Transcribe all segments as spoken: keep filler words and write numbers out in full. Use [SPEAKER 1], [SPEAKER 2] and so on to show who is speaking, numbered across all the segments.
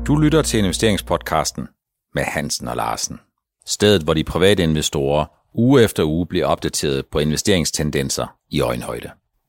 [SPEAKER 1] Du lytter til investeringspodcasten med Hansen og Larsen. Stedet, hvor de private investorer uge efter uge bliver opdateret på investeringstendenser i øjenhøjde.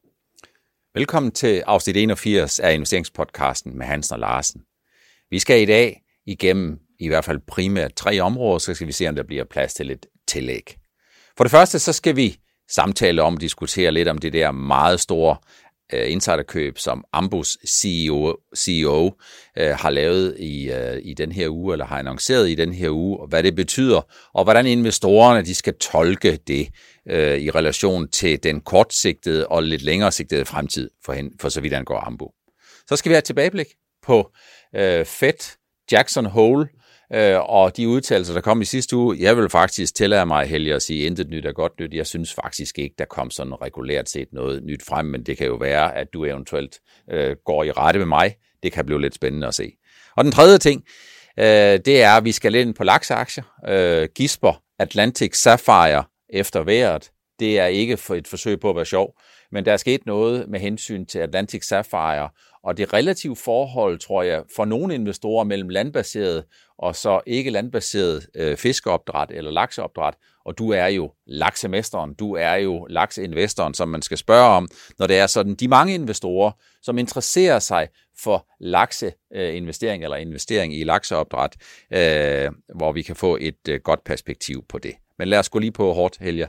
[SPEAKER 1] Velkommen til afsnit enogfirs af investeringspodcasten med Hansen og Larsen. Vi skal i dag igennem i hvert fald primært tre områder, så skal vi se, om der bliver plads til et tillæg. For det første, så skal vi samtale om og diskutere lidt om det der meget store insiderkøb, som Ambus C E O, C E O øh, har lavet i, øh, i den her uge, eller har annonceret i den her uge, og hvad det betyder, og hvordan investorerne de skal tolke det øh, i relation til den kortsigtede og lidt længere sigtede fremtid for, hen, for så vidt angår Ambu. Så skal vi have et tilbageblik på øh, Fed, Jackson Hole, øh, og de udtalelser, der kom i sidste uge. Jeg vil faktisk tillade mig, Helge, at sige, intet nyt er godt nyt. Jeg synes faktisk ikke, der kom sådan regulært set noget nyt frem, men det kan jo være, at du eventuelt øh, går i rette med mig. Det kan blive lidt spændende at se. Og den tredje ting, øh, det er, at vi skal ind på lakseaktier. Øh, Gisper Atlantic Sapphire efter vejret. Det er ikke for et forsøg på at være sjov, men der er sket noget med hensyn til Atlantic Sapphire, og det relative forhold, tror jeg, for nogle investorer mellem landbaseret og så ikke landbaseret øh, fiskeopdræt eller lakseopdræt, og du er jo laksemesteren, du er jo lakseinvestoren, som man skal spørge om, når det er sådan de mange investorer, som interesserer sig for lakseinvestering øh, eller investering i lakseopdræt, øh, hvor vi kan få et øh, godt perspektiv på det. Men lad os gå lige på hårdt, Helge.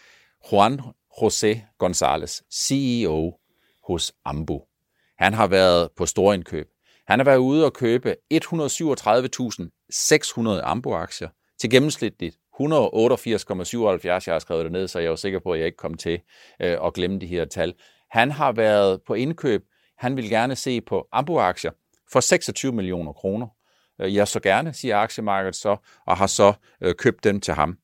[SPEAKER 1] Juan José González, C E O hos Ambu. Han har været på storindkøb. Han har været ude og købe et hundrede og syvogtredive tusind seks hundrede Ambu-aktier til gennemsnitligt et hundrede og otteogfirs komma syvoghalvfjerds. Jeg har skrevet det ned, så jeg er sikker på, at jeg ikke kom til øh, at glemme de her tal. Han har været på indkøb. Han vil gerne se på Ambu-aktier for seksogtyve millioner kroner. Jeg så gerne, siger aktiemarkedet så, og har så øh, købt dem til ham.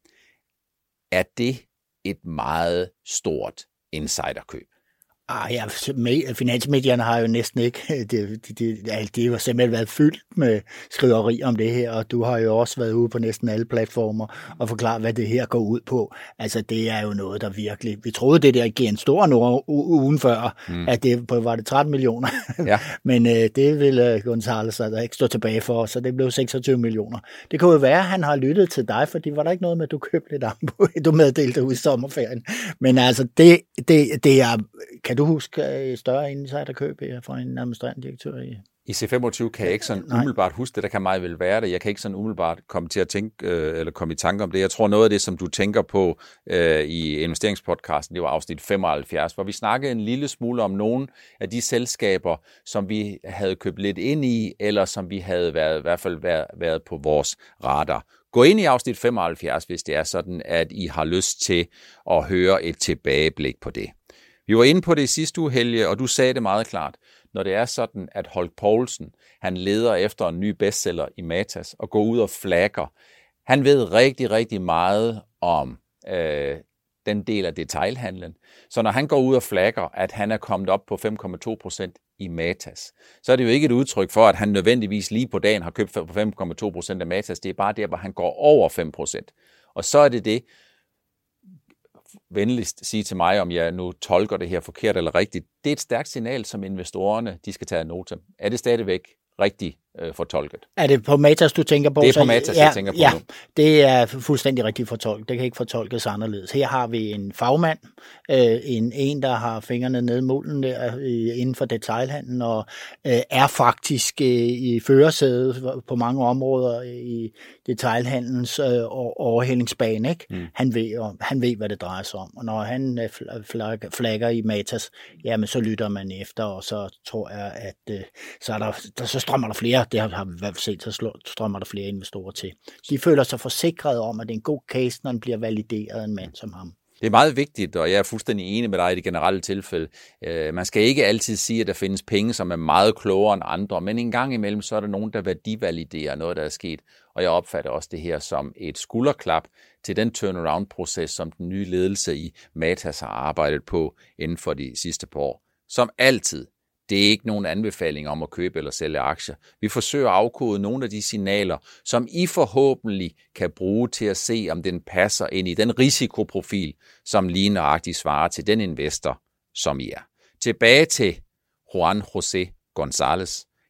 [SPEAKER 1] Er det et meget stort insiderkøb?
[SPEAKER 2] Ah, ja, finansmedierne har jo næsten ikke, det, det, det, det har simpelthen været fyldt med skriveri om det her, og du har jo også været ude på næsten alle platformer og forklaret, hvad det her går ud på. Altså, det er jo noget, der virkelig, vi troede det der gik en stor nu ugen før, mm. at det var det tretten millioner, ja. Men øh, det ville González der ikke stå tilbage for, så det blev seksogtyve millioner. Det kunne jo være, at han har lyttet til dig, fordi var der ikke noget med, at du købte lidt Ambu, du meddelte ud i sommerferien. Men altså, det, det, det er, kan du huske større insiderkøb for en administrerende direktør i?
[SPEAKER 1] I C femogtyve kan jeg ikke sådan Nej. umiddelbart huske det, der kan meget vel være det. Jeg kan ikke sådan umiddelbart komme til at tænke, øh, eller komme i tanke om det. Jeg tror noget af det, som du tænker på øh, i investeringspodcasten, det var afsnit femoghalvfjerds, hvor vi snakkede en lille smule om nogle af de selskaber, som vi havde købt lidt ind i, eller som vi havde været, i hvert fald været, været på vores radar. Gå ind i afsnit femoghalvfjerds, hvis det er sådan, at I har lyst til at høre et tilbageblik på det. Vi var inde på det i sidste uge, Helge, og du sagde det meget klart. Når det er sådan, at Holk Poulsen, han leder efter en ny bestseller i Matas og går ud og flagger. Han ved rigtig, rigtig meget om øh, den del af detailhandlen. Så når han går ud og flagger, at han er kommet op på fem komma to procent i Matas, så er det jo ikke et udtryk for, at han nødvendigvis lige på dagen har købt for fem komma to procent af Matas. Det er bare der, hvor han går over fem procent. Og så er det det, venligst sige til mig, om jeg nu tolker det her forkert eller rigtigt. Det er et stærkt signal, som investorerne de skal tage af notem. Er det stadigvæk rigtigt øh, fortolket?
[SPEAKER 2] Er det på Matas, du tænker på?
[SPEAKER 1] Det er på Matas,
[SPEAKER 2] ja,
[SPEAKER 1] jeg tænker på
[SPEAKER 2] ja,
[SPEAKER 1] nu.
[SPEAKER 2] Det er fuldstændig rigtigt fortolket. Det kan ikke fortolkes anderledes. Her har vi en fagmand, øh, en, en, der har fingrene nede i mulden der, øh, inden for detailhandlen, og øh, er faktisk øh, i førersædet på mange områder i detailhandlens øh, overhældingsbane. Ikke? Mm. Han, ved, han ved, hvad det drejer sig om. Og når han øh, flagger, flagger i Matas, jamen så lytter man efter, og så tror jeg, at øh, så, er der, der, så strømmer der flere, det har vi i hvert fald set, så strømmer der flere investorer til. De føler sig forsikret om, at det er en god case, når den bliver valideret af en mand som ham.
[SPEAKER 1] Det er meget vigtigt, og jeg er fuldstændig enig med dig i det generelle tilfælde. Man skal ikke altid sige, at der findes penge, som er meget klogere end andre, men en gang imellem, så er der nogen, der værdivaliderer noget, der er sket. Og jeg opfatter også det her som et skulderklap til den turnaround-proces, som den nye ledelse i Matas har arbejdet på inden for de sidste par år. Som altid. Det er ikke nogen anbefaling om at købe eller sælge aktier. Vi forsøger at afkode nogle af de signaler, som I forhåbentlig kan bruge til at se, om den passer ind i den risikoprofil, som lige nøjagtigt svarer til den investor, som I er. Tilbage til Juan José González.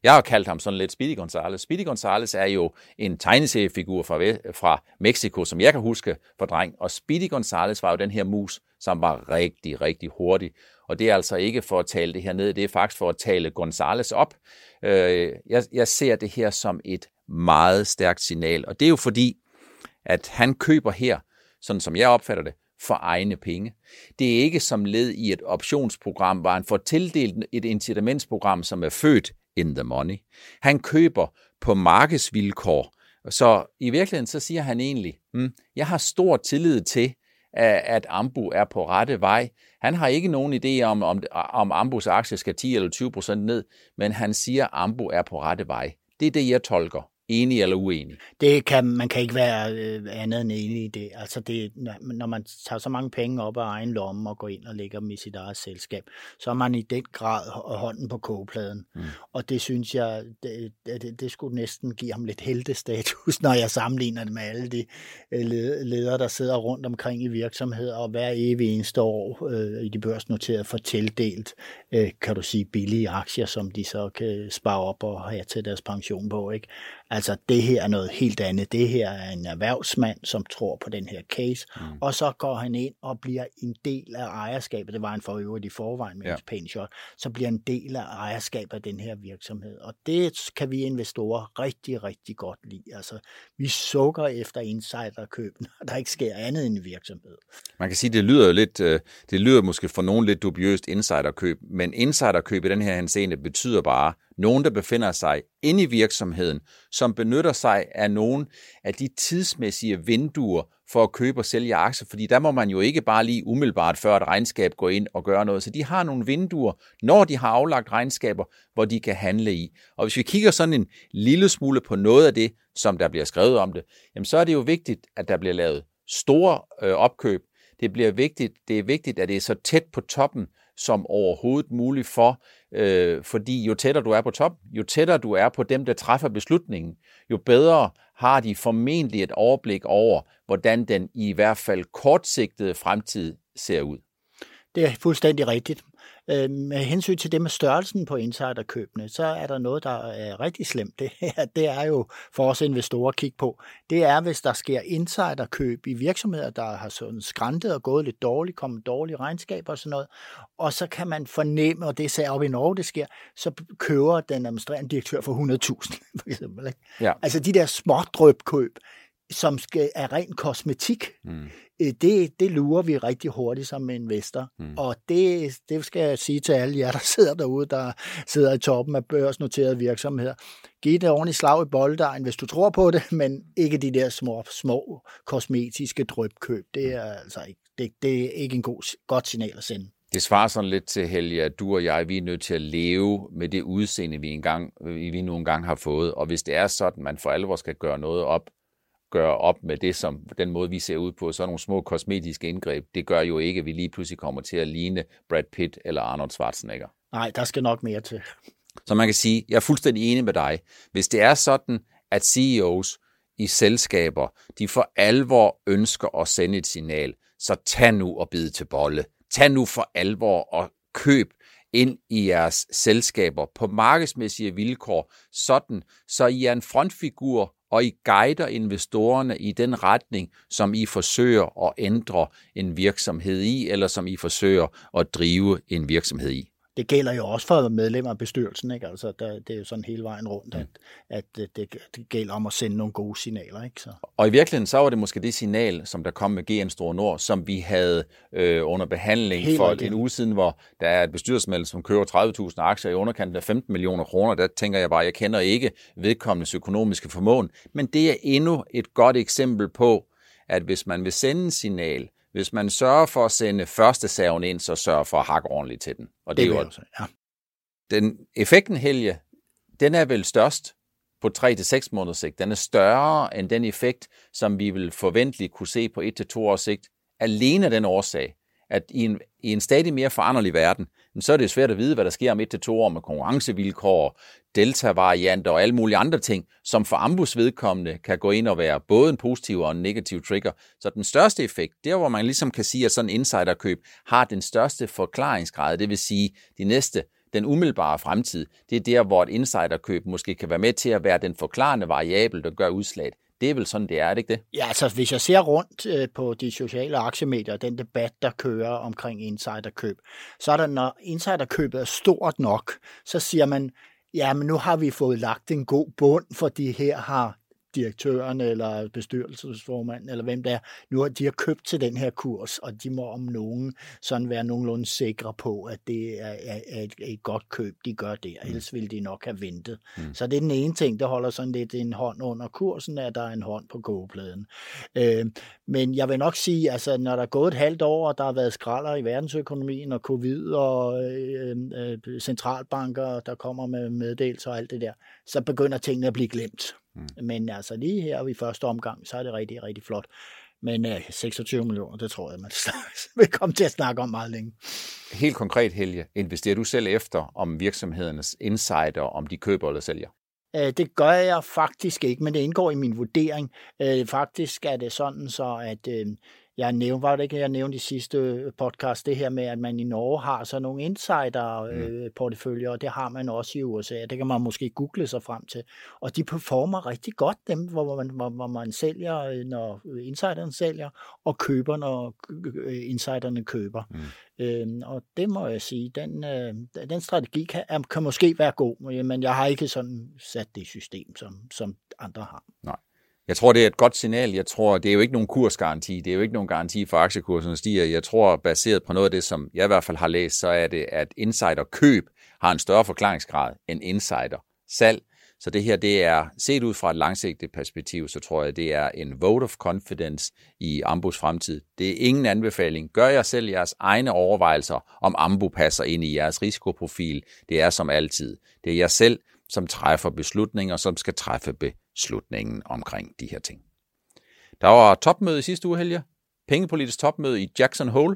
[SPEAKER 1] Jeg har kaldt ham sådan lidt Speedy Gonzales. Speedy Gonzales er jo en tegneseriefigur fra, fra Mexico, som jeg kan huske for dreng. Og Speedy Gonzales var jo den her mus, som var rigtig, rigtig hurtig. Og det er altså ikke for at tale det her ned, det er faktisk for at tale Gonzales op. Jeg, jeg ser det her som et meget stærkt signal. Og det er jo fordi, at han køber her, sådan som jeg opfatter det, for egne penge. Det er ikke som led i et optionsprogram, hvor han får tildelt et incitamentsprogram, som er født in the money. Han køber på markedsvilkår. Så i virkeligheden så siger han egentlig, hmm, jeg har stor tillid til, at Ambu er på rette vej. Han har ikke nogen idé om, om, om Ambus aktie skal ti eller tyve procent ned, men han siger, at Ambu er på rette vej. Det er det, jeg tolker. Enig eller uenig?
[SPEAKER 2] Det kan, man kan ikke være øh, andet end enig i det. Altså det, når man tager så mange penge op af egen lomme og går ind og lægger dem i sit eget selskab, så er man i den grad hånden på kogepladen. Mm. Og det synes jeg, det, det, det skulle næsten give ham lidt heltestatus, når jeg sammenligner det med alle de ledere, der sidder rundt omkring i virksomheder, og hver evig eneste år øh, i de børsnoterede får tildelt, øh, kan du sige, billige aktier, som de så kan spare op og have til deres pension på, ikke? Altså, det her er noget helt andet. Det her er en erhvervsmand, som tror på den her case, mm. og så går han ind og bliver en del af ejerskabet. Det var han for øvrigt i forvejen med ja. hans pæne shot. Så bliver en del af ejerskabet af den her virksomhed. Og det kan vi investorer rigtig, rigtig godt lide. Altså, vi sukker efter insiderkøb, når der ikke sker andet end i virksomhed.
[SPEAKER 1] Man kan sige, det lyder jo lidt, det lyder måske for nogen lidt dubiøst insiderkøb, men insiderkøb i den her henseende betyder bare, nogen, der befinder sig inde i virksomheden, som benytter sig af nogle af de tidsmæssige vinduer for at købe og sælge aktier, fordi der må man jo ikke bare lige umiddelbart før et regnskab gå ind og gøre noget. Så de har nogle vinduer, når de har aflagt regnskaber, hvor de kan handle i. Og hvis vi kigger sådan en lille smule på noget af det, som der bliver skrevet om det, jamen så er det jo vigtigt, at der bliver lavet store øh, opkøb. Det bliver vigtigt, det er vigtigt, at det er så tæt på toppen som overhovedet muligt for, øh, fordi jo tættere du er på top, jo tættere du er på dem, der træffer beslutningen, jo bedre har de formentlig et overblik over, hvordan den i hvert fald kortsigtede fremtid ser ud.
[SPEAKER 2] Det er fuldstændig rigtigt. Med hensyn til det med størrelsen på insiderkøbene, så er der noget, der er rigtig slemt. Det er, det er jo for os investorer at kigge på. Det er, hvis der sker insiderkøb i virksomheder, der har sådan skræntet og gået lidt dårligt, kommet dårlige regnskaber og sådan noget, og så kan man fornemme, og det ser op i Norge, det sker, så køber den administrerende direktør for hundrede tusind, for eksempel. Ikke? Ja. Altså de der smådrøbkøb, som skal, er ren kosmetik, mm. det, det lurer vi rigtig hurtigt som investor. Mm. Og det, det skal jeg sige til alle jer, der sidder derude, der sidder i toppen af børsnoterede virksomheder. Giv det ordentligt slag i bolddejen, hvis du tror på det, men ikke de der små, små kosmetiske drøbkøb. Det er altså ikke, det, det er ikke en god, godt signal at sende.
[SPEAKER 1] Det svarer sådan lidt til, Helge, at du og jeg, vi er nødt til at leve med det udseende, vi, engang, vi nu engang har fået. Og hvis det er sådan, man for alvor skal gøre noget op, gøre op med det, som den måde, vi ser ud på, så nogle små kosmetiske indgreb, det gør jo ikke, at vi lige pludselig kommer til at ligne Brad Pitt eller Arnold Schwarzenegger.
[SPEAKER 2] Nej, der skal nok mere til.
[SPEAKER 1] Så man kan sige, jeg er fuldstændig enig med dig. Hvis det er sådan, at C E O's i selskaber, de for alvor ønsker at sende et signal, så tag nu og bide til bolle. Tag nu for alvor og køb ind i jeres selskaber på markedsmæssige vilkår, sådan så I er en frontfigur, og I guider investorerne i den retning, som I forsøger at ændre en virksomhed i, eller som I forsøger at drive en virksomhed i.
[SPEAKER 2] Det gælder jo også for medlemmer af bestyrelsen, ikke? Altså, der, det er jo sådan hele vejen rundt, at, at det, det gælder om at sende nogle gode signaler, ikke? Så.
[SPEAKER 1] Og i virkeligheden, så var det måske det signal, som der kom med G N Store Nord, som vi havde øh, under behandling helt for rigtigt. En uge siden, hvor der er et bestyrelsesmedlem, som køber tredive tusind aktier i underkanten af femten millioner kroner. Der tænker jeg bare, jeg kender ikke vedkommendes økonomiske formåen, men det er endnu et godt eksempel på, at hvis man vil sende en signal, hvis man sørger for at sende første serven ind, så sørger for at hakke ordentligt til den. Og det, det er jo, også, ja. Den effekten, Helge, den er vel størst på tre til seks måneders sigt. Den er større end den effekt, som vi vil forventeligt kunne se på et til to års sigt. Alene den årsag, at i en, i en stadig mere foranderlig verden, så er det svært at vide, hvad der sker om et til to år med konkurrencevilkår, delta-varianter og alle mulige andre ting, som for Ambus vedkommende kan gå ind og være både en positiv og en negativ trigger. Så den største effekt, der hvor man ligesom kan sige, at sådan en insiderkøb har den største forklaringsgrad, det vil sige de næste den umiddelbare fremtid, det er der, hvor et insiderkøb måske kan være med til at være den forklarende variabel, der gør udslaget. Det er vel sådan, det er, er det ikke det?
[SPEAKER 2] Ja, altså hvis jeg ser rundt øh, på de sociale aktiemedier, den debat, der kører omkring insiderkøb, så er der, når insiderkøbet er stort nok, så siger man, ja, men nu har vi fået lagt en god bund, fordi her har direktøren eller bestyrelsesformanden, eller hvem det er, nu har de har købt til den her kurs, og de må om nogen sådan være nogenlunde sikre på, at det er, er, er et, et godt køb, de gør der. Mm. Ellers ville de nok have ventet. Mm. Så det er den ene ting, der holder sådan lidt en hånd under kursen, at der er en hånd på kogepladen. Øh, men jeg vil nok sige, altså når der er gået et halvt år, og der har været skralder i verdensøkonomien, og covid, og øh, øh, centralbanker, der kommer med meddelelser og alt det der, så begynder tingene at blive glemt. Mm. Men altså lige her i første omgang, så er det rigtig, rigtig flot. Men øh, seksogtyve millioner, det tror jeg, man vil komme til at snakke om meget længe.
[SPEAKER 1] Helt konkret, Helge, investerer du selv efter, om virksomhedernes insider, om de køber eller sælger?
[SPEAKER 2] Det gør jeg faktisk ikke, men det indgår i min vurdering. Faktisk er det sådan så, at jeg nævnte, var det ikke, jeg nævnte i sidste podcast, det her med, at man i Norge har så nogle insider-porteføljer, og det har man også i U S A. Det kan man måske google sig frem til. Og de performer rigtig godt, dem, hvor man, hvor, hvor man sælger, når insiderne sælger, og køber, når insiderne køber. Mm. Øhm, og det må jeg sige, den, øh, den strategi kan, kan måske være god, men jeg har ikke sådan sat det system, som, som andre har.
[SPEAKER 1] Nej. Jeg tror, det er et godt signal. Jeg tror, det er jo ikke nogen kursgaranti. Det er jo ikke nogen garanti for, at aktiekursen stiger. Jeg tror, baseret på noget af det, som jeg i hvert fald har læst, så er det, at insiderkøb har en større forklaringsgrad end insidersalg. Så det her, det er set ud fra et langsigtet perspektiv, så tror jeg, det er en vote of confidence i Ambus fremtid. Det er ingen anbefaling. Gør jer selv jeres egne overvejelser, om Ambu passer ind i jeres risikoprofil. Det er som altid. Det er jer selv, som træffer beslutninger, som skal træffe beslutningen omkring de her ting. Der var topmøde i sidste uge, Helge. Pengepolitisk topmøde i Jackson Hole.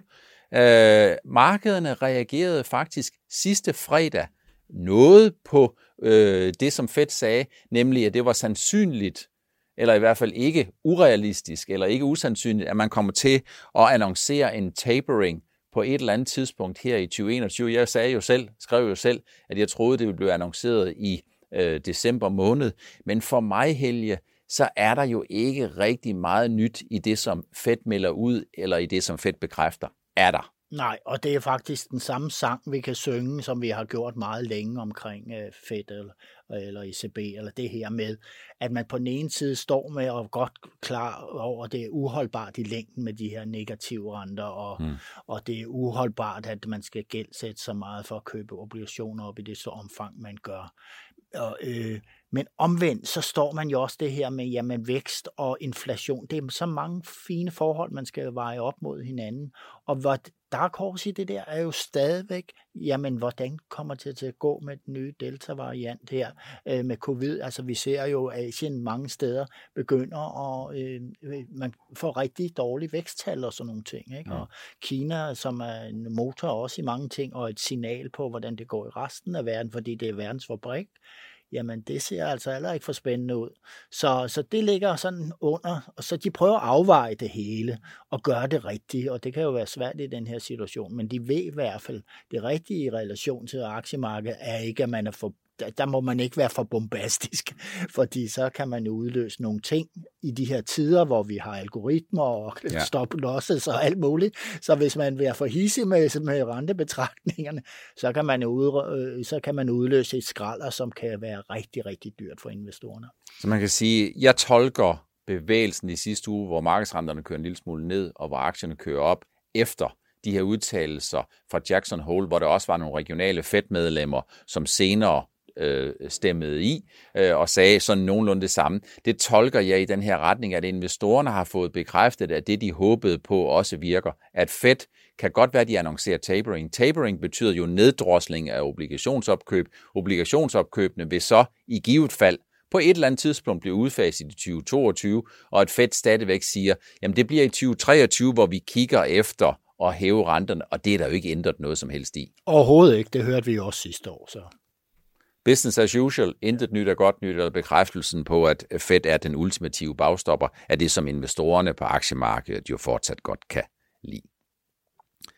[SPEAKER 1] Øh, markederne reagerede faktisk sidste fredag noget på øh, det, som Fed sagde, nemlig at det var sandsynligt, eller i hvert fald ikke urealistisk, eller ikke usandsynligt, at man kommer til at annoncere en tapering på et eller andet tidspunkt her i tyve enogtyve. Jeg sagde jo selv, skrev jo selv, at jeg troede, det ville blive annonceret i øh, december måned. Men for mig, Helge, så er der jo ikke rigtig meget nyt i det, som Fed melder ud, eller i det, som Fed bekræfter. Er der?
[SPEAKER 2] Nej, og det er faktisk den samme sang, vi kan synge, som vi har gjort meget længe omkring øh, Fed eller, eller E C B, eller det her med, at man på den ene side står med og er godt klar over, at det er uholdbart i længden med de her negative renter, og, mm. og det er uholdbart, at man skal gældsætte så meget for at købe obligationer op i det så omfang, man gør. Og, øh, men omvendt, så står man jo også det her med jamen, vækst og inflation. Det er så mange fine forhold, man skal veje op mod hinanden. Og hvad Dark Horse i det der er jo stadigvæk, jamen hvordan kommer det til at gå med den nye Delta-variant her øh, med covid? Altså vi ser jo, at Asien mange steder begynder at øh, man får rigtig dårlige væksttal og sådan nogle ting. Ikke? Ja. Og Kina, som er en motor også i mange ting, og et signal på, hvordan det går i resten af verden, fordi det er verdens fabrik. Jamen det ser altså heller ikke for spændende ud. Så, så det ligger sådan under, og så de prøver at afveje det hele og gøre det rigtigt, og det kan jo være svært i den her situation, men de ved i hvert fald, det rigtige i relation til aktiemarkedet er ikke, at man er for der må man ikke være for bombastisk, fordi så kan man jo udløse nogle ting i de her tider, hvor vi har algoritmer og ja. stop-losses og alt muligt. Så hvis man vil for hissig med, med rentebetragtningerne, så kan, man ud, så kan man udløse et skralder, som kan være rigtig, rigtig dyrt for investorerne.
[SPEAKER 1] Så man kan sige, jeg tolker bevægelsen i sidste uge, hvor markedsrenterne kører en lille smule ned, og hvor aktierne kører op efter de her udtalelser fra Jackson Hole, hvor der også var nogle regionale Fed-medlemmer, som senere øh, stemmede i øh, og sagde sådan nogenlunde det samme. Det tolker jeg i den her retning, at investorerne har fået bekræftet, at det, de håbede på, også virker. At Fed kan godt være, at de annoncerer tapering. Tapering betyder jo neddrosling af obligationsopkøb. Obligationsopkøbene vil så i givet fald på et eller andet tidspunkt blive udfaset i tyve toogtyve, og at Fed stadigvæk siger, jamen det bliver i tyve treogtyve, hvor vi kigger efter og hæve renterne, og det er der jo ikke ændret noget som helst i.
[SPEAKER 2] Overhovedet ikke, det hørte vi jo også sidste år. Så.
[SPEAKER 1] Business as usual, intet nyt er godt nyt, eller bekræftelsen på, at Fed er den ultimative bagstopper, er det, som investorerne på aktiemarkedet jo fortsat godt kan lide.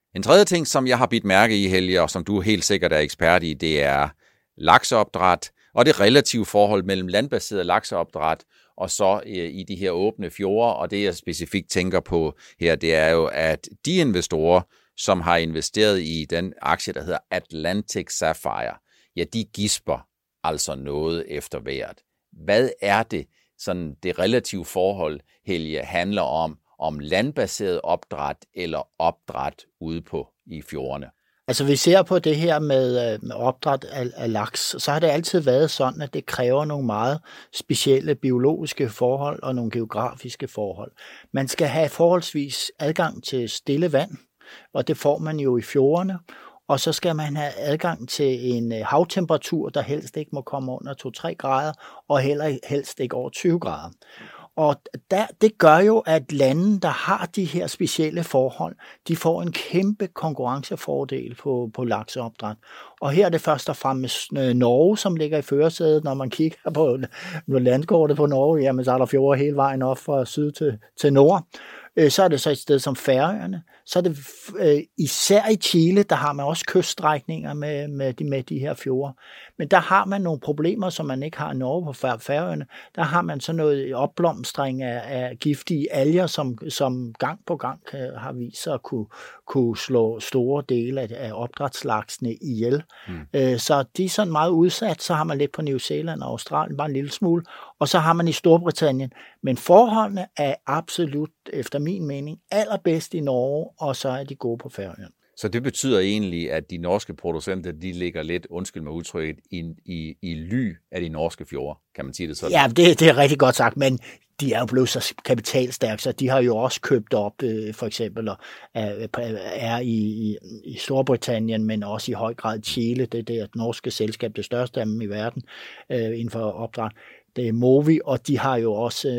[SPEAKER 1] En tredje ting, som jeg har bidt mærke i, Helge, og som du helt sikkert er ekspert i, det er lakseopdræt og det relative forhold mellem landbaseret lakseopdræt og så øh, i de her åbne fjorde. Og det, jeg specifikt tænker på her, det er jo, at de investorer, som har investeret i den aktie, der hedder Atlantic Sapphire, ja, de gisper altså noget efter hvert. Hvad er det, sådan det relative forhold, Helge, handler om, om landbaseret opdræt eller opdræt ude på i fjordene?
[SPEAKER 2] Altså, vi ser på det her med, med opdræt af, af laks, så har det altid været sådan, at det kræver nogle meget specielle biologiske forhold og nogle geografiske forhold. Man skal have forholdsvis adgang til stille vand, og det får man jo i fjordene, og så skal man have adgang til en havtemperatur, der helst ikke må komme under to til tre grader, og heller helst ikke over tyve grader. Og der, det gør jo, at lande, der har de her specielle forhold, de får en kæmpe konkurrencefordel på, på lakseopdræt. Og her er det først og fremmest Norge, som ligger i førersædet. Når man kigger på, på landkortet på Norge, jamen så er der fjorde hele vejen op fra syd til, til nord. Så er det så et sted som Færøerne. Så er det øh, især i Chile, der har man også kyststrækninger med, med, de, med de her fjorde. Men der har man nogle problemer, som man ikke har i Norge på Færøerne. Der har man så noget opblomstring af, af giftige alger, som, som gang på gang kan, har vist sig at kunne, kunne slå store dele af, af opdrætslaksene ihjel. Mm. Øh, så de er sådan meget udsat. Så har man lidt på New Zealand og Australien, bare en lille smule. Og så har man i Storbritannien. Men forholdene er absolut, efter min mening, allerbedst i Norge, og så er de gode på Færøerne.
[SPEAKER 1] Så det betyder egentlig, at de norske producenter, de ligger lidt, undskyld mig udtrykket, i, i, i ly af de norske fjorde. Kan man sige det sådan?
[SPEAKER 2] Ja, det, det er rigtig godt sagt, men de er jo blevet så kapitalstærke, så de har jo også købt op, øh, for eksempel, og er, er i, i, i Storbritannien, men også i høj grad Chile. Det er det norske selskab, det største af dem i verden øh, inden for opdræt. Det er Mowi, og de har jo også,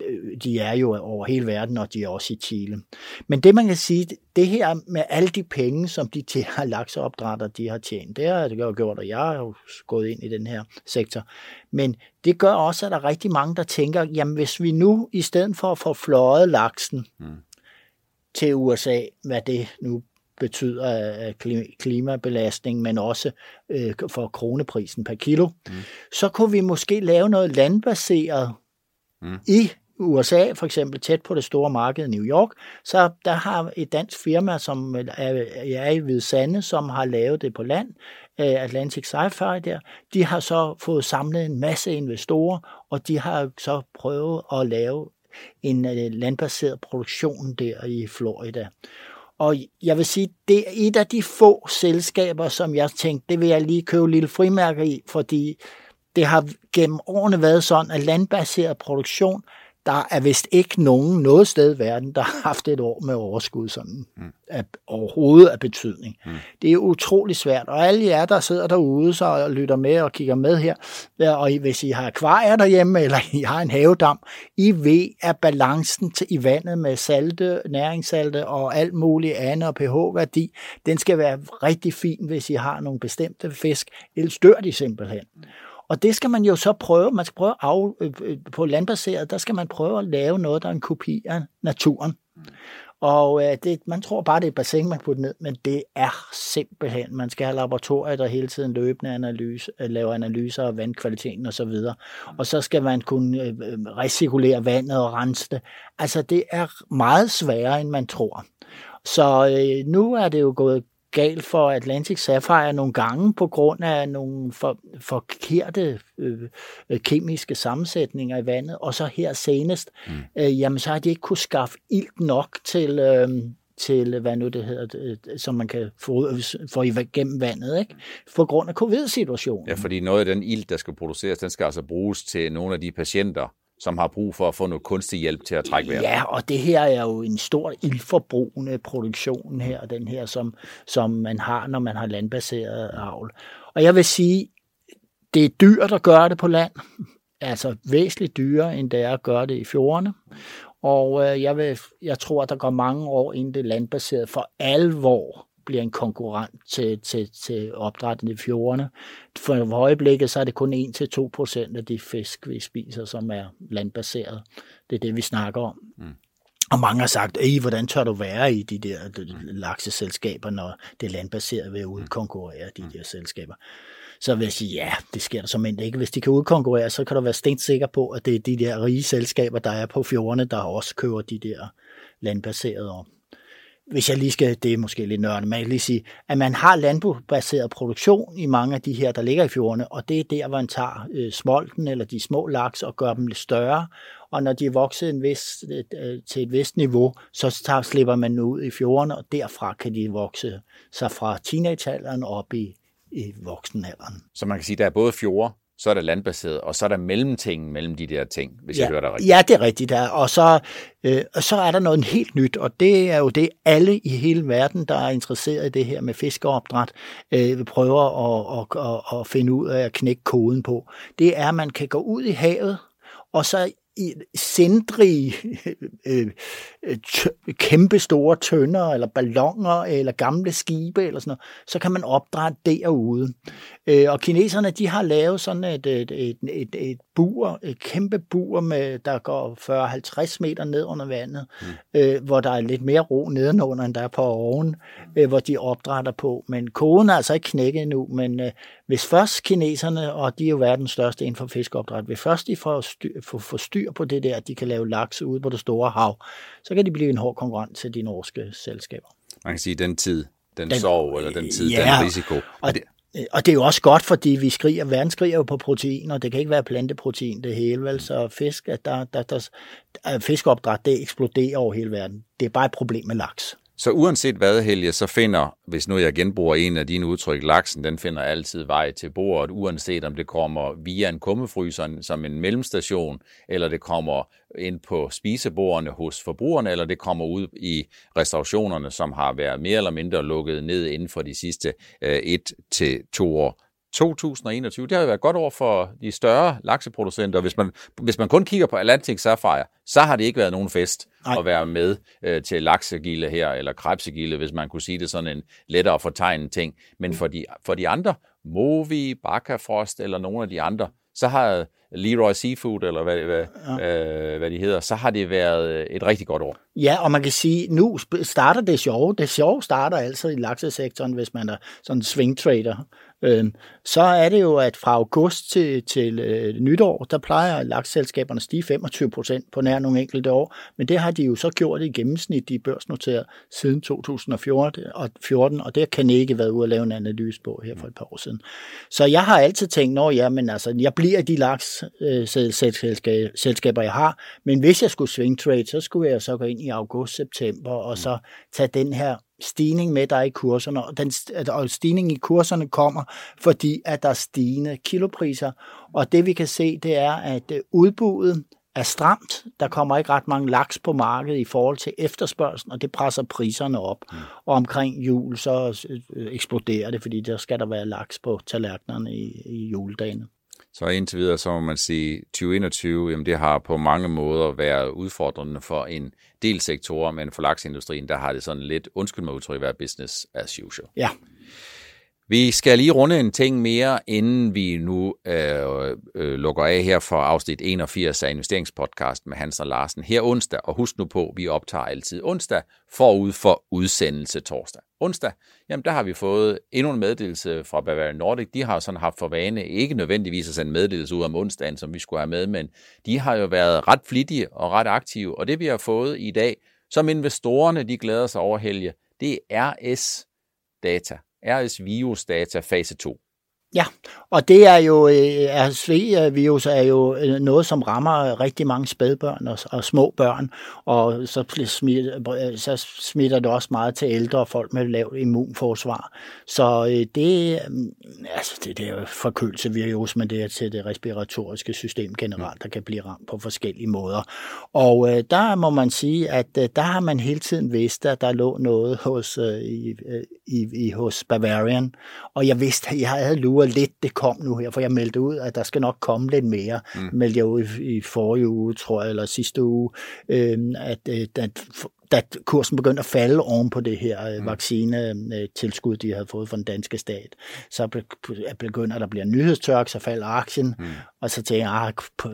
[SPEAKER 2] de er jo over hele verden, og de er også i Chile. Men det man kan sige, det her med alle de penge, som de til har lakseopdrætter, de har tjent, det har det jo gjort, og jeg har jo gået ind i den her sektor. Men det gør også, at der er rigtig mange, der tænker, jamen hvis vi nu, i stedet for at få fløjet laksen mm. til U S A, hvad det nu betyder af klimabelastning, men også øh, for kroneprisen per kilo, mm. så kunne vi måske lave noget landbaseret mm. i U S A, for eksempel tæt på det store marked i New York. Så der har et dansk firma, som er, er i Hvide Sande, som har lavet det på land, Atlantic Sapphire der. De har så fået samlet en masse investorer, og de har så prøvet at lave en landbaseret produktion der i Florida. Og jeg vil sige, det er et af de få selskaber, som jeg tænkte, det vil jeg lige købe et lille frimærke i, fordi det har gennem årene været sådan, at landbaseret produktion, der er vist ikke nogen noget sted i verden, der har haft et år med overskud sådan mm. af, overhovedet af betydning. Mm. Det er utrolig svært, og alle jer, der sidder derude så og lytter med og kigger med her, og hvis I har akvarier derhjemme, eller I har en havedam, I ved, at balancen til, i vandet med salte, næringssalte og alt muligt andet og pH-værdi, den skal være rigtig fin, hvis I har nogle bestemte fisk, ellers dør de simpelthen. Mm. Og det skal man jo så prøve, man skal prøve at af, på landbaseret, der skal man prøve at lave noget, der er en kopi af naturen. Mm. Og øh, det, man tror bare, det er et bassin, man putter ned, men det er simpelthen, man skal have laboratorier, der hele tiden løbende analyse, laver analyser af vandkvaliteten osv. Mm. Og så skal man kunne øh, recirkulere vandet og rense det. Altså det er meget sværere, end man tror. Så øh, nu er det jo gået galt for Atlantic Sapphire nogle gange på grund af nogle for, forkerte øh, kemiske sammensætninger i vandet, og så her senest, mm. øh, jamen så har de ikke kunne skaffe ilt nok til, øh, til hvad nu det hedder, øh, som man kan få, få igennem vandet, ikke? For grund af covid-situationen.
[SPEAKER 1] Ja, fordi noget af den ilt, der skal produceres, den skal altså bruges til nogle af de patienter, som har brug for at få noget kunstig hjælp til at trække vejret.
[SPEAKER 2] Ja, og det her er jo en stor ildforbrugende produktion her, den her, som, som man har, når man har landbaseret avl. Og jeg vil sige, det er dyrt at gøre det på land, altså væsentligt dyrere, end det er at gøre det i fjordene. Og øh, jeg, vil, jeg tror, at der går mange år, inden det landbaseret for alvor bliver en konkurrent til, til, til opdrætten i fjordene. For øjeblikket så er det kun en til to procent af de fisk, vi spiser, som er landbaseret. Det er det, vi snakker om. Mm. Og mange har sagt, Ej, hvordan tør du være i de der lakseselskaber, når det er landbaseret ved at udkonkurrere de der selskaber? Så vil jeg sige, ja, det sker der som ikke. Hvis de kan udkonkurrere, så kan du være stensikker på, at det er de der rige selskaber, der er på fjordene, der også køber de der landbaserede om. Hvis jeg lige skal, det er måske lidt nørdet, men jeg kan lige sige, at man har landbrugsbaseret produktion i mange af de her, der ligger i fjordene, og det er der, hvor man tager øh, smolten eller de små laks og gør dem lidt større, og når de er vokset en vis, øh, til et vist niveau, så tager, slipper man ud i fjordene, og derfra kan de vokse sig fra teenagealderen op i, i voksenalderen.
[SPEAKER 1] Så man kan sige, at der er både fjorde, så er der landbaseret, og så er der mellemtingen mellem de der ting, hvis
[SPEAKER 2] ja,
[SPEAKER 1] jeg hører dig rigtigt.
[SPEAKER 2] Ja, det er rigtigt. Der. Og så, øh, så er der noget helt nyt, og det er jo det, alle i hele verden, der er interesseret i det her med fiskeopdræt, øh, prøver at, at, at, at finde ud af at knække koden på. Det er, at man kan gå ud i havet, og så i sindrige, øh, t- kæmpe store tønder, eller balloner, eller gamle skibe, eller sådan noget, så kan man opdrætte derude. Øh, og kineserne, de har lavet sådan et, et, et, et, et bur, et kæmpe bur, med, der går fyrre til halvtreds meter ned under vandet, mm. øh, hvor der er lidt mere ro nedenunder, end der er på oven, øh, hvor de opdrætter på. Men koden er altså ikke knækket endnu, men øh, hvis først kineserne, og de er jo verdens største inden for fiskeopdræt, hvis først de får styr, får, får styr på det der, at de kan lave laks ude på det store hav, så kan de blive en hård konkurrent til de norske selskaber.
[SPEAKER 1] Man kan sige, den tid, den, den sorg, eller den tid,
[SPEAKER 2] ja,
[SPEAKER 1] den risiko.
[SPEAKER 2] Og, det, og det er jo også godt, fordi vi skriger, verden skriger jo på protein, og det kan ikke være planteprotein det hele, vel? Så fisk, der, der, der, der, fiskeopdræt, det eksploderer over hele verden. Det er bare et problem med laks.
[SPEAKER 1] Så uanset hvad, Helge, så finder, hvis nu jeg genbruger en af dine udtryk, laksen, den finder altid vej til bordet, uanset om det kommer via en kummefryser som en mellemstation, eller det kommer ind på spisebordene hos forbrugerne, eller det kommer ud i restaurationerne, som har været mere eller mindre lukket ned inden for de sidste øh, et til to år. to tusind og enogtyve, det har jo været godt over for de større lakseproducenter. Hvis man, hvis man kun kigger på Atlantic Sapphire, så har det ikke været nogen fest Ej. at være med øh, til laksegilde her, eller krebsegilde, hvis man kunne sige det sådan en lettere fortegnet ting. Men for de, for de andre, Movi, Bakkafrost eller nogle af de andre, så har Leroy Seafood, eller hvad, hvad, ja. øh, hvad de hedder, så har det været et rigtig godt år.
[SPEAKER 2] Ja, og man kan sige, nu starter det sjove. Det sjove starter altså i laksesektoren, hvis man er sådan en swing trader. Øh, så er det jo, at fra august til, til øh, nytår, der plejer lakseselskaberne at stige femogtyve procent på nær nogle enkelte år, men det har de jo så gjort i gennemsnit i børsnoteret siden to tusind og fjorten, og det har Carnegie været ude at lave en analyse på her for et par år siden. Så jeg har altid tænkt, nå ja, men altså, jeg bliver de lakseselskaber, jeg har, men hvis jeg skulle swing trade, så skulle jeg så gå ind i august-september, og så tage den her stigning med, der er i kurserne, og, den, og stigningen i kurserne kommer, fordi at der er stigende kilopriser, og det vi kan se, det er, at udbuddet er stramt, der kommer ikke ret mange laks på markedet i forhold til efterspørgslen, og det presser priserne op, mm. og omkring jul, så eksploderer det, fordi der skal der være laks på tallerkenerne i, i juledagene.
[SPEAKER 1] Så indtil videre, så må man sige, tyve enogtyve, jamen det har på mange måder været udfordrende for en del sektorer, men for laksindustrien, der har det sådan lidt, undskyld mig udtryk, været business as usual.
[SPEAKER 2] Ja.
[SPEAKER 1] Vi skal lige runde en ting mere, inden vi nu øh, øh, lukker af her for afsnit enogfirs af investeringspodcast med Hans og Larsen her onsdag. Og husk nu på, vi optager altid onsdag forud for udsendelse torsdag. Onsdag, jamen der har vi fået endnu en meddelelse fra Bavarian Nordic. De har sådan haft for vane, ikke nødvendigvis at sende meddelelse ud om onsdagen, som vi skulle have med, men de har jo været ret flittige og ret aktive. Og det vi har fået i dag, som investorerne de glæder sig over, Helge, det er R S-data. R S-virus-data fase to.
[SPEAKER 2] Ja, og det er jo, R S V-virus er jo noget, som rammer rigtig mange spædbørn og, og små børn, og så smitter, så smitter det også meget til ældre og folk med lavt immunforsvar. Så det, altså det, det er jo forkølelsevirus, men det er til det respiratoriske system generelt, der kan blive ramt på forskellige måder. Og der må man sige, at der har man hele tiden vidst, at der lå noget hos, i, i, i, hos Bavarian, og jeg vidste, at jeg havde luret lidt, det kom nu her, for jeg meldte ud, at der skal nok komme lidt mere. Mm. Meldte jeg ud i, i forrige uge, tror jeg, eller sidste uge, øh, at, at da kursen begyndte at falde oven på det her mm. vaccinetilskud, de havde fået fra den danske stat, så begynder der at blive nyhedstørk, så falder aktien, mm. og så tænker jeg,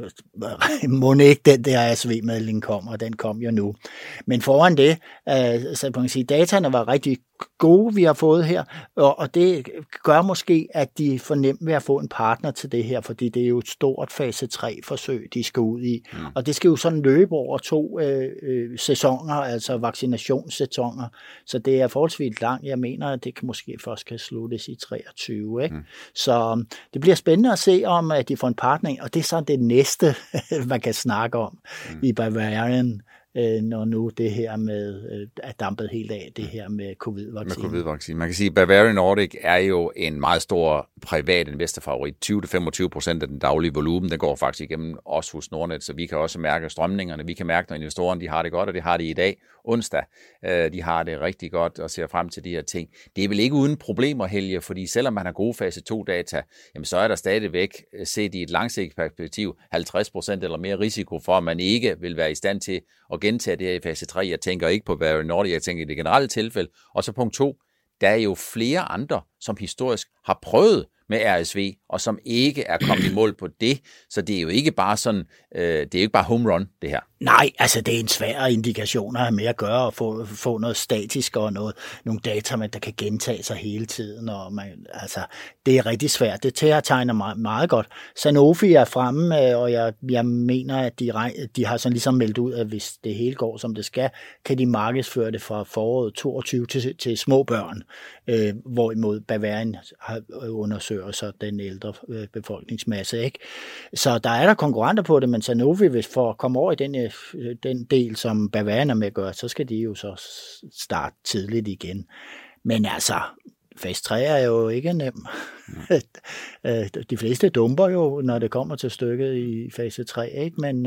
[SPEAKER 2] ah, må ikke den der S V-meddeling kommer, og den kom jo nu. Men foran det, så man kan sige, dataene var rigtig gode, vi har fået her, og det gør måske, at de får nemt ved at få en partner til det her, fordi det er jo et stort fase tre forsøg, de skal ud i, mm. og det skal jo sådan løbe over to øh, øh, sæsoner, altså vaccinationssæsoner, så det er forholdsvis langt. Jeg mener, at det kan måske først kan sluttes i treogtyve, ikke? Mm. Så det bliver spændende at se, om at de får en partner, og det er så det næste, man kan snakke om mm. i Bavarian, når nu det her med er dampet helt af, det her med covid-vaccine.
[SPEAKER 1] Med covid-vaccine. Man kan sige, at Bavarian Nordic er jo en meget stor privat investorfavorit. tyve til femogtyve procent af den daglige volumen, den går faktisk igennem os hos Nordnet, så vi kan også mærke strømningerne. Vi kan mærke, når investorerne de har det godt, og det har de i dag, onsdag. De har det rigtig godt og ser frem til de her ting. Det er vel ikke uden problemer, Helge, fordi selvom man har gode fase to data, jamen så er der stadigvæk set i et langsigtet perspektiv halvtreds procent eller mere risiko for, at man ikke vil være i stand til at gentage det her i fase tre. Jeg tænker ikke på Bavarian Nordic, jeg tænker i det generelle tilfælde. Og så punkt to, der er jo flere andre, som historisk har prøvet med R S V, og som ikke er kommet i mål på det. Så det er jo ikke bare sådan, øh, det er jo ikke bare home run, det her.
[SPEAKER 2] Nej, altså det er en svær indikation at have med at gøre, og få, få noget statisk og noget, nogle data, der kan gentage sig hele tiden. Og man, altså, det er rigtig svært. Det til at tegne meget, meget godt. Sanofi er fremme, og jeg, jeg mener, at de, de har sådan ligesom meldt ud, at hvis det hele går, som det skal, kan de markedsføre det fra foråret toogtyve til, til små børn, øh, hvorimod Bavarian har undersøgt så den ældre befolkningsmasse, ikke? Så der er der konkurrenter på det, men Sanofi, hvis for at komme over i den, den del, som Bavarian er med at gøre, så skal de jo så starte tidligt igen. Men altså, fase tre er jo ikke nem. De fleste dumper jo, når det kommer til stykket i fase tre, ikke? Men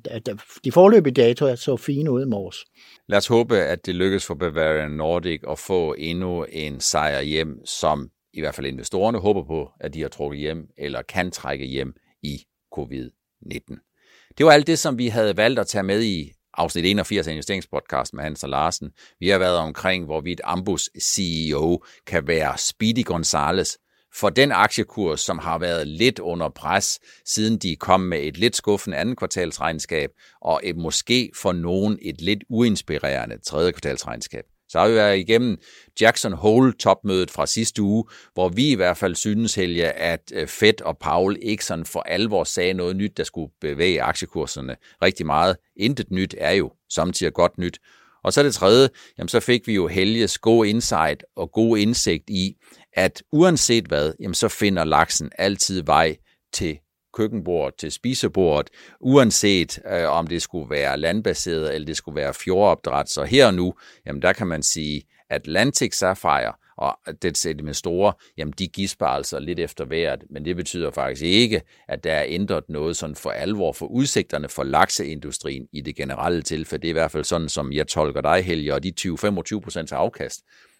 [SPEAKER 2] de foreløbige datoer så fine ud i morges.
[SPEAKER 1] Lad os håbe, at det lykkes for Bavarian Nordic at få endnu en sejr hjem, som i hvert fald investorerne håber på, at de har trukket hjem, eller kan trække hjem i covid nitten. Det var alt det, som vi havde valgt at tage med i afsnit enogfirs af Investeringspodcast med Hans og Larsen. Vi har været omkring, hvorvidt Ambus C E O kan være Speedy Gonzales for den aktiekurs, som har været lidt under pres, siden de kom med et lidt skuffende andet kvartalsregnskab, og et måske for nogen et lidt uinspirerende tredje kvartalsregnskab. Så har vi været igennem Jackson Hole-topmødet fra sidste uge, hvor vi i hvert fald synes, Helge, at Fed og Powell ikke sådan for alvor sagde noget nyt, der skulle bevæge aktiekurserne rigtig meget. Intet nyt er jo samtidig godt nyt. Og så det tredje, jamen så fik vi jo Helges god insight og god indsigt i, at uanset hvad, jamen så finder laksen altid vej til køkkenbordet, til spisebordet, uanset øh, om det skulle være landbaseret eller det skulle være fjordopdræt. Så her og nu, jamen der kan man sige, at Atlantic Sapphire og det sæt med store, jamen de gisper altså lidt efter vejret, men det betyder faktisk ikke, at der er ændret noget sådan for alvor for udsigterne for lakseindustrien i det generelle tilfælde. Det er i hvert fald sådan, som jeg tolker dig, Helge, og de tyve til femogtyve procent afkast,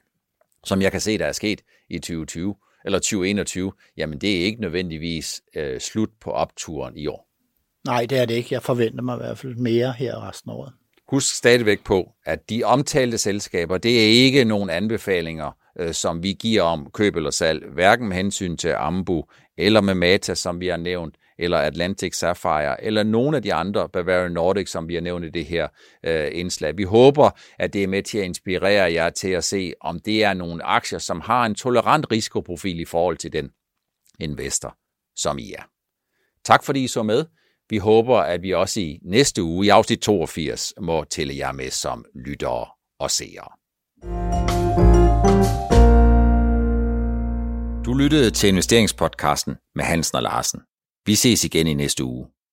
[SPEAKER 1] som jeg kan se, der er sket i tyve tyve eller tyve enogtyve, jamen det er ikke nødvendigvis øh, slut på opturen i år.
[SPEAKER 2] Nej, det er det ikke. Jeg forventer mig i hvert fald mere her resten af året.
[SPEAKER 1] Husk stadigvæk på, at de omtalte selskaber, det er ikke nogen anbefalinger, øh, som vi giver om køb eller salg, hverken med hensyn til Ambu, eller med Mata, som vi har nævnt, eller Atlantic Sapphire, eller nogle af de andre, Bavarian Nordic, som vi har nævnt i det her øh, indslag. Vi håber, at det er med til at inspirere jer til at se, om det er nogle aktier, som har en tolerant risikoprofil i forhold til den investor, som I er. Tak fordi I så med. Vi håber, at vi også i næste uge, i afsnit toogfirs, må tælle jer med som lyttere og seere. Du lyttede til investeringspodcasten med Hansen og Larsen. Vi ses igen i næste uge.